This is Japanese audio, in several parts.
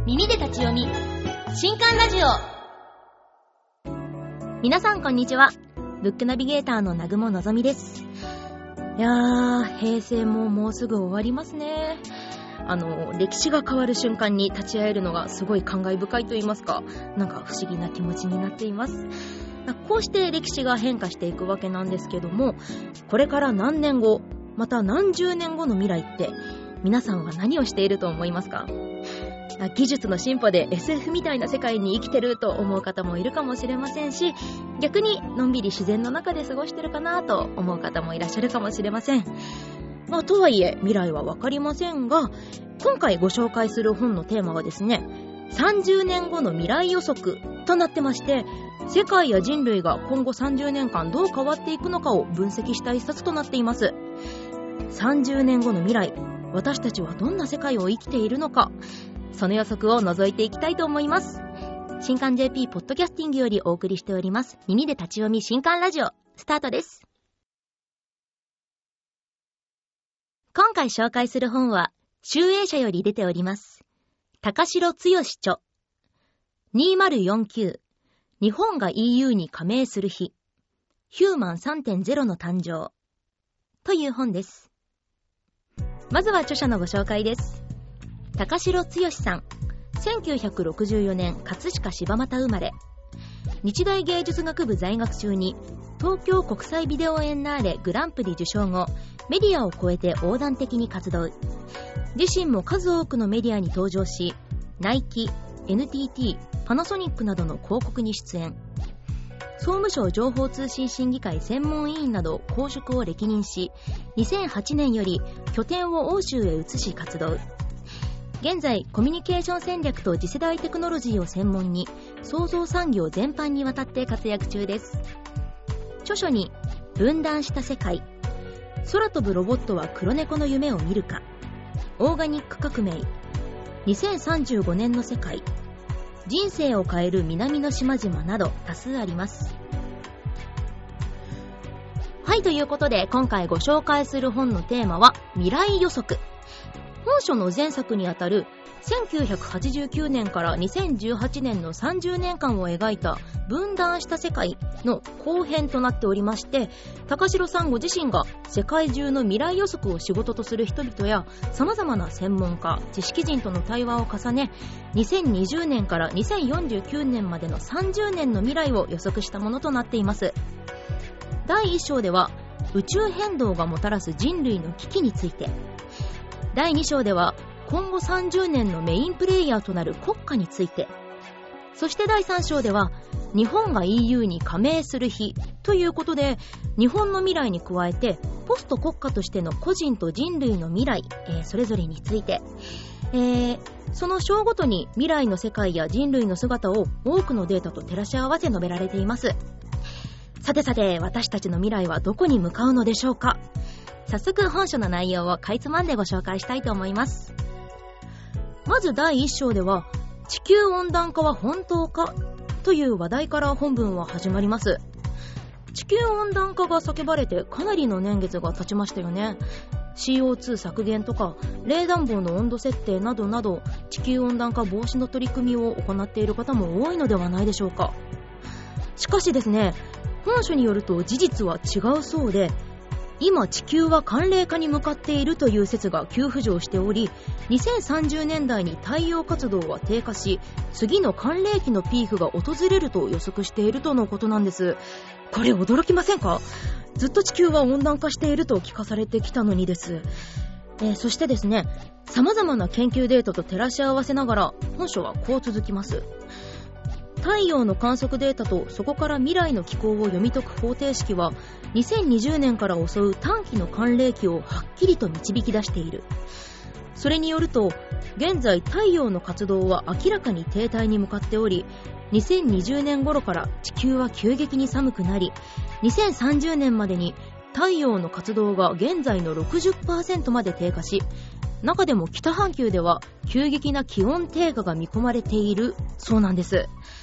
耳で立ち読み新刊ラジオ。皆さんこんにちは。ブックナビゲーターの南雲のぞみです。いやー、平成ももうすぐ終わりますね。歴史が変わる瞬間に立ち会えるのがすごい感慨深いと言いますか、なんか不思議な気持ちになっています。こうして歴史が変化していくわけなんですけども、これから何年後、また何十年後の未来って皆さんは何をしていると思いますか？技術の進歩で SF みたいな世界に生きてると思う方もいるかもしれませんし、逆にのんびり自然の中で過ごしてるかなと思う方もいらっしゃるかもしれません。とはいえ未来はわかりませんが、今回ご紹介する本のテーマはですね、30年後の未来予測となってまして、世界や人類が今後30年間どう変わっていくのかを分析した一冊となっています。30年後の未来、私たちはどんな世界を生きているのか、その予測を覗いていきたいと思います。新刊 JP ポッドキャスティングよりお送りしております耳で立ち読み新刊ラジオ、スタートです。今回紹介する本は集英社より出ております高城剛著、2049日本が EU に加盟する日、ヒューマン 3.0 の誕生という本です。まずは著者のご紹介です。高城剛さん、1964年葛飾柴又生まれ。日大芸術学部在学中に東京国際ビデオエンナーレグランプリ受賞後、メディアを超えて横断的に活動。自身も数多くのメディアに登場し、ナイキ、NTT、パナソニックなどの広告に出演。総務省情報通信審議会専門委員など公職を歴任し、2008年より拠点を欧州へ移し活動。現在コミュニケーション戦略と次世代テクノロジーを専門に創造産業全般にわたって活躍中です。著書に分断した世界、空飛ぶロボットは黒猫の夢を見るか、オーガニック革命、2035年の世界、人生を変える南の島々など多数あります。はい、ということで今回ご紹介する本のテーマは未来予測。本書の前作にあたる1989年から2018年の30年間を描いた分断した世界の後編となっておりまして、高城さんご自身が世界中の未来予測を仕事とする人々や様々な専門家、知識人との対話を重ね、2020年から2049年までの30年の未来を予測したものとなっています。第1章では宇宙変動がもたらす人類の危機について、第2章では今後30年のメインプレイヤーとなる国家について、そして第3章では日本が EU に加盟する日ということで、日本の未来に加えてポスト国家としての個人と人類の未来、それぞれについて、その章ごとに未来の世界や人類の姿を多くのデータと照らし合わせ述べられています。さてさて、私たちの未来はどこに向かうのでしょうか。早速本書の内容をかいつまんでご紹介したいと思います。まず第1章では、地球温暖化は本当かという話題から本文は始まります。地球温暖化が叫ばれてかなりの年月が経ちましたよね。 CO2 削減とか冷暖房の温度設定などなど、地球温暖化防止の取り組みを行っている方も多いのではないでしょうか。しかしですね、本書によると事実は違うそうで、今地球は寒冷化に向かっているという説が急浮上しており、2030年代に太陽活動は低下し、次の寒冷期のピークが訪れると予測しているとのことなんです。これ驚きませんか？ずっと地球は温暖化していると聞かされてきたのにです。そしてですね、様々な研究データと照らし合わせながら本書はこう続きます。太陽の観測データとそこから未来の気候を読み解く方程式は、2020年から襲う短期の寒冷期をはっきりと導き出している。それによると、現在太陽の活動は明らかに停滞に向かっており、2020年頃から地球は急激に寒くなり、2030年までに太陽の活動が現在の 60% まで低下し、中でも北半球では急激な気温低下が見込まれているそうなんです。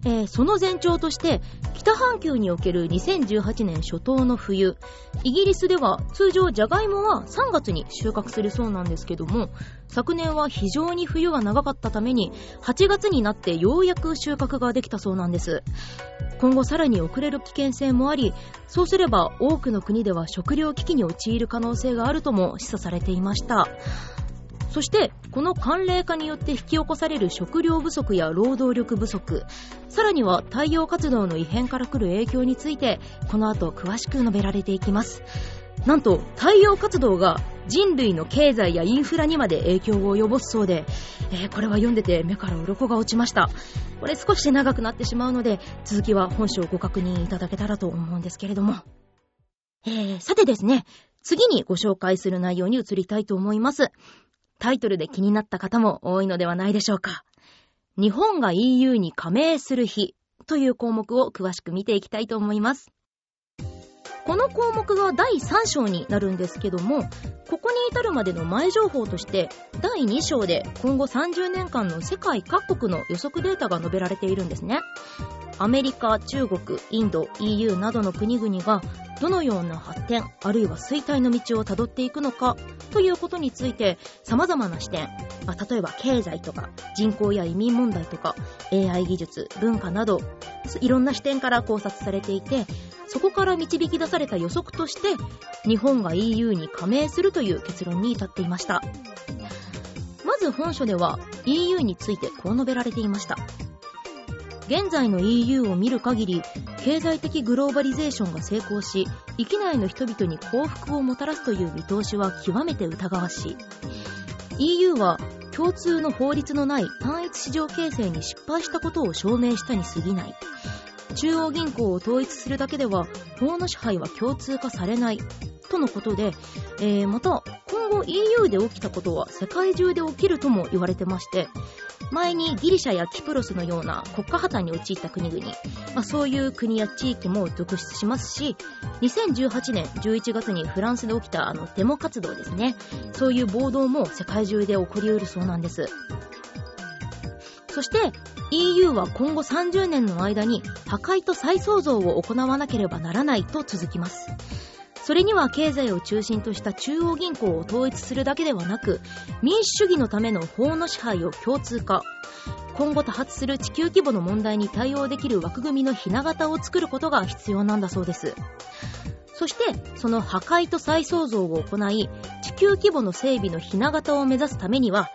その前兆として北半球における2018年初頭の冬、イギリスでは通常ジャガイモは3月に収穫するそうなんですけども、昨年は非常に冬が長かったために8月になってようやく収穫ができたそうなんです。今後さらに遅れる危険性もあり、そうすれば多くの国では食糧危機に陥る可能性があるとも示唆されていました。そしてこの寒冷化によって引き起こされる食料不足や労働力不足、さらには太陽活動の異変から来る影響についてこの後詳しく述べられていきます。なんと太陽活動が人類の経済やインフラにまで影響を及ぼすそうで、これは読んでて目から鱗が落ちました。これ少し長くなってしまうので続きは本書をご確認いただけたらと思うんですけれども、さてですね、次にご紹介する内容に移りたいと思います。タイトルで気になった方も多いのではないでしょうか。日本が EU に加盟する日という項目を詳しく見ていきたいと思います。この項目が第3章になるんですけども、ここに至るまでの前情報として第2章で今後30年間の世界各国の予測データが述べられているんですね。アメリカ、中国、インド、EU などの国々がどのような発展あるいは衰退の道をたどっていくのかということについて様々な視点、例えば経済とか人口や移民問題とか AI 技術、文化などいろんな視点から考察されていて、そこから導き出された予測として日本が EU に加盟するという結論に至っていました。まず本書では EU についてこう述べられていました。現在の EU を見る限り、経済的グローバリゼーションが成功し、域内の人々に幸福をもたらすという見通しは極めて疑わしい。EU は共通の法律のない単一市場形成に失敗したことを証明したに過ぎない。中央銀行を統一するだけでは法の支配は共通化されないとのことで、また今後 EU で起きたことは世界中で起きるとも言われてまして、前にギリシャやキプロスのような国家破綻に陥った国々、そういう国や地域も続出しますし、2018年11月にフランスで起きたデモ活動ですね、そういう暴動も世界中で起こりうるそうなんです。そして EU は今後30年の間に破壊と再創造を行わなければならないと続きます。それには経済を中心とした中央銀行を統一するだけではなく、民主主義のための法の支配を共通化、今後多発する地球規模の問題に対応できる枠組みのひな形を作ることが必要なんだそうです。そしてその破壊と再創造を行い、地球規模の整備のひな形を目指すためには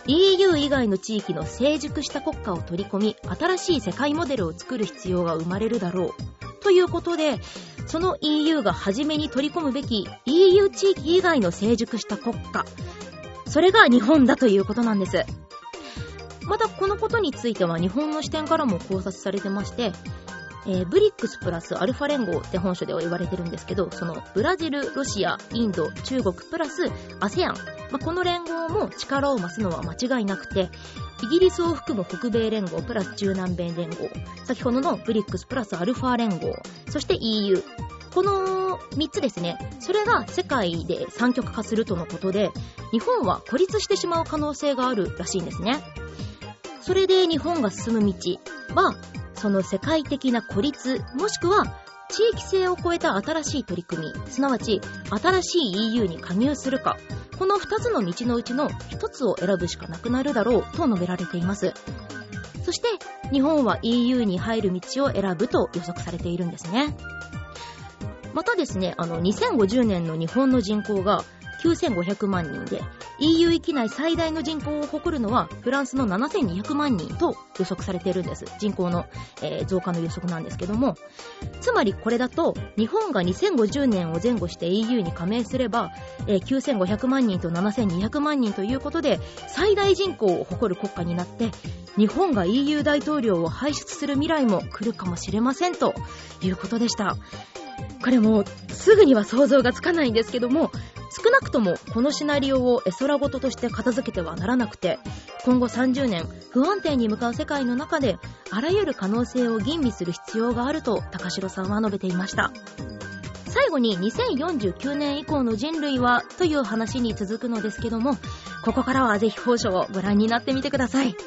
EU 以外の地域の成熟した国家を取り込み、新しい世界モデルを作る必要が生まれるだろうということで、その EU が初めに取り込むべき EU 地域以外の成熟した国家、それが日本だということなんです。またこのことについては日本の視点からも考察されてまして、ブリックスプラスアルファ連合って本書では言われてるんですけど、そのブラジル、ロシア、インド、中国プラス ASEAN、この連合も力を増すのは間違いなくて、イギリスを含む北米連合プラス中南米連合、先ほどのブリックスプラスアルファ連合、そして EU、この3つですね、それが世界で三極化するとのことで、日本は孤立してしまう可能性があるらしいんですね。それで日本が進む道は、その世界的な孤立、もしくは地域性を超えた新しい取り組み、すなわち新しい EU に加入するか、この2つの道のうちの1つを選ぶしかなくなるだろうと述べられています。そして日本は EU に入る道を選ぶと予測されているんですね。またですね、2050年の日本の人口が9500万人で、EU 域内最大の人口を誇るのはフランスの7200万人と予測されているんです。人口の、増加の予測なんですけども、つまりこれだと日本が2050年を前後して EU に加盟すれば、9500万人と7200万人ということで最大人口を誇る国家になって、日本が EU 大統領を輩出する未来も来るかもしれませんということでした。これもすぐには想像がつかないんですけども、少なくともこのシナリオを絵空事として片付けてはならなくて、今後30年不安定に向かう世界の中であらゆる可能性を吟味する必要があると高城さんは述べていました。最後に2049年以降の人類はという話に続くのですけども、ここからはぜひ本書をご覧になってみてください。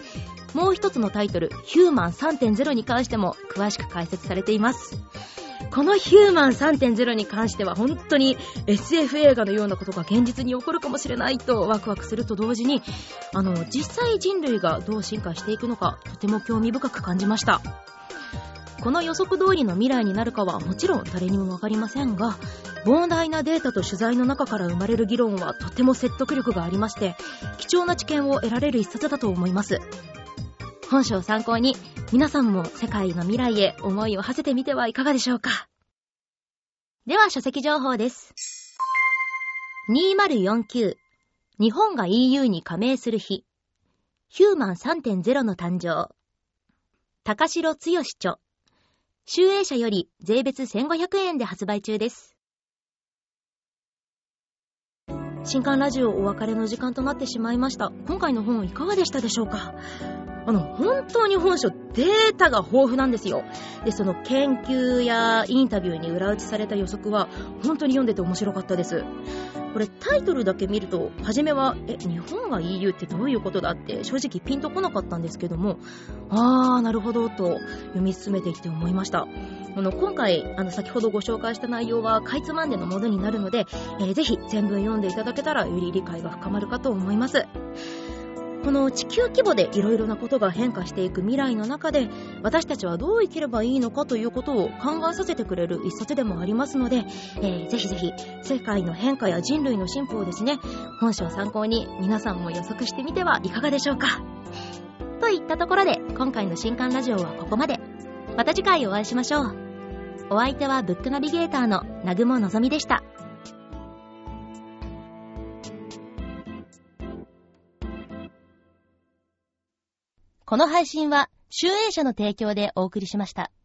もう一つのタイトル、ヒューマン 3.0 に関しても詳しく解説されています。このヒューマン 3.0 に関しては本当に SF 映画のようなことが現実に起こるかもしれないとワクワクすると同時に、実際人類がどう進化していくのかとても興味深く感じました。この予測通りの未来になるかはもちろん誰にもわかりませんが、膨大なデータと取材の中から生まれる議論はとても説得力がありまして、貴重な知見を得られる一冊だと思います。本書を参考に皆さんも世界の未来へ思いを馳せてみてはいかがでしょうか。では書籍情報です。2049日本が EU に加盟する日、ヒューマン 3.0 の誕生、高城剛著、集英社より税別1500円で発売中です。新刊ラジオお別れの時間となってしまいました。今回の本いかがでしたでしょうか。本当に本書データが豊富なんですよ。で、その研究やインタビューに裏打ちされた予測は本当に読んでて面白かったです。これタイトルだけ見ると初めは日本が EU ってどういうことだって正直ピンとこなかったんですけども、なるほどと読み進めていって思いました。今回先ほどご紹介した内容はかいつまんでのものになるので、ぜひ全文読んでいただけたらより理解が深まるかと思います。この地球規模でいろいろなことが変化していく未来の中で、私たちはどう生きればいいのかということを考えさせてくれる一冊でもありますので、ぜひぜひ世界の変化や人類の進歩をですね、本書を参考に皆さんも予測してみてはいかがでしょうか。といったところで今回の新刊ラジオはここまで。また次回お会いしましょう。お相手はブックナビゲーターの南雲のぞみでした。この配信は集英社の提供でお送りしました。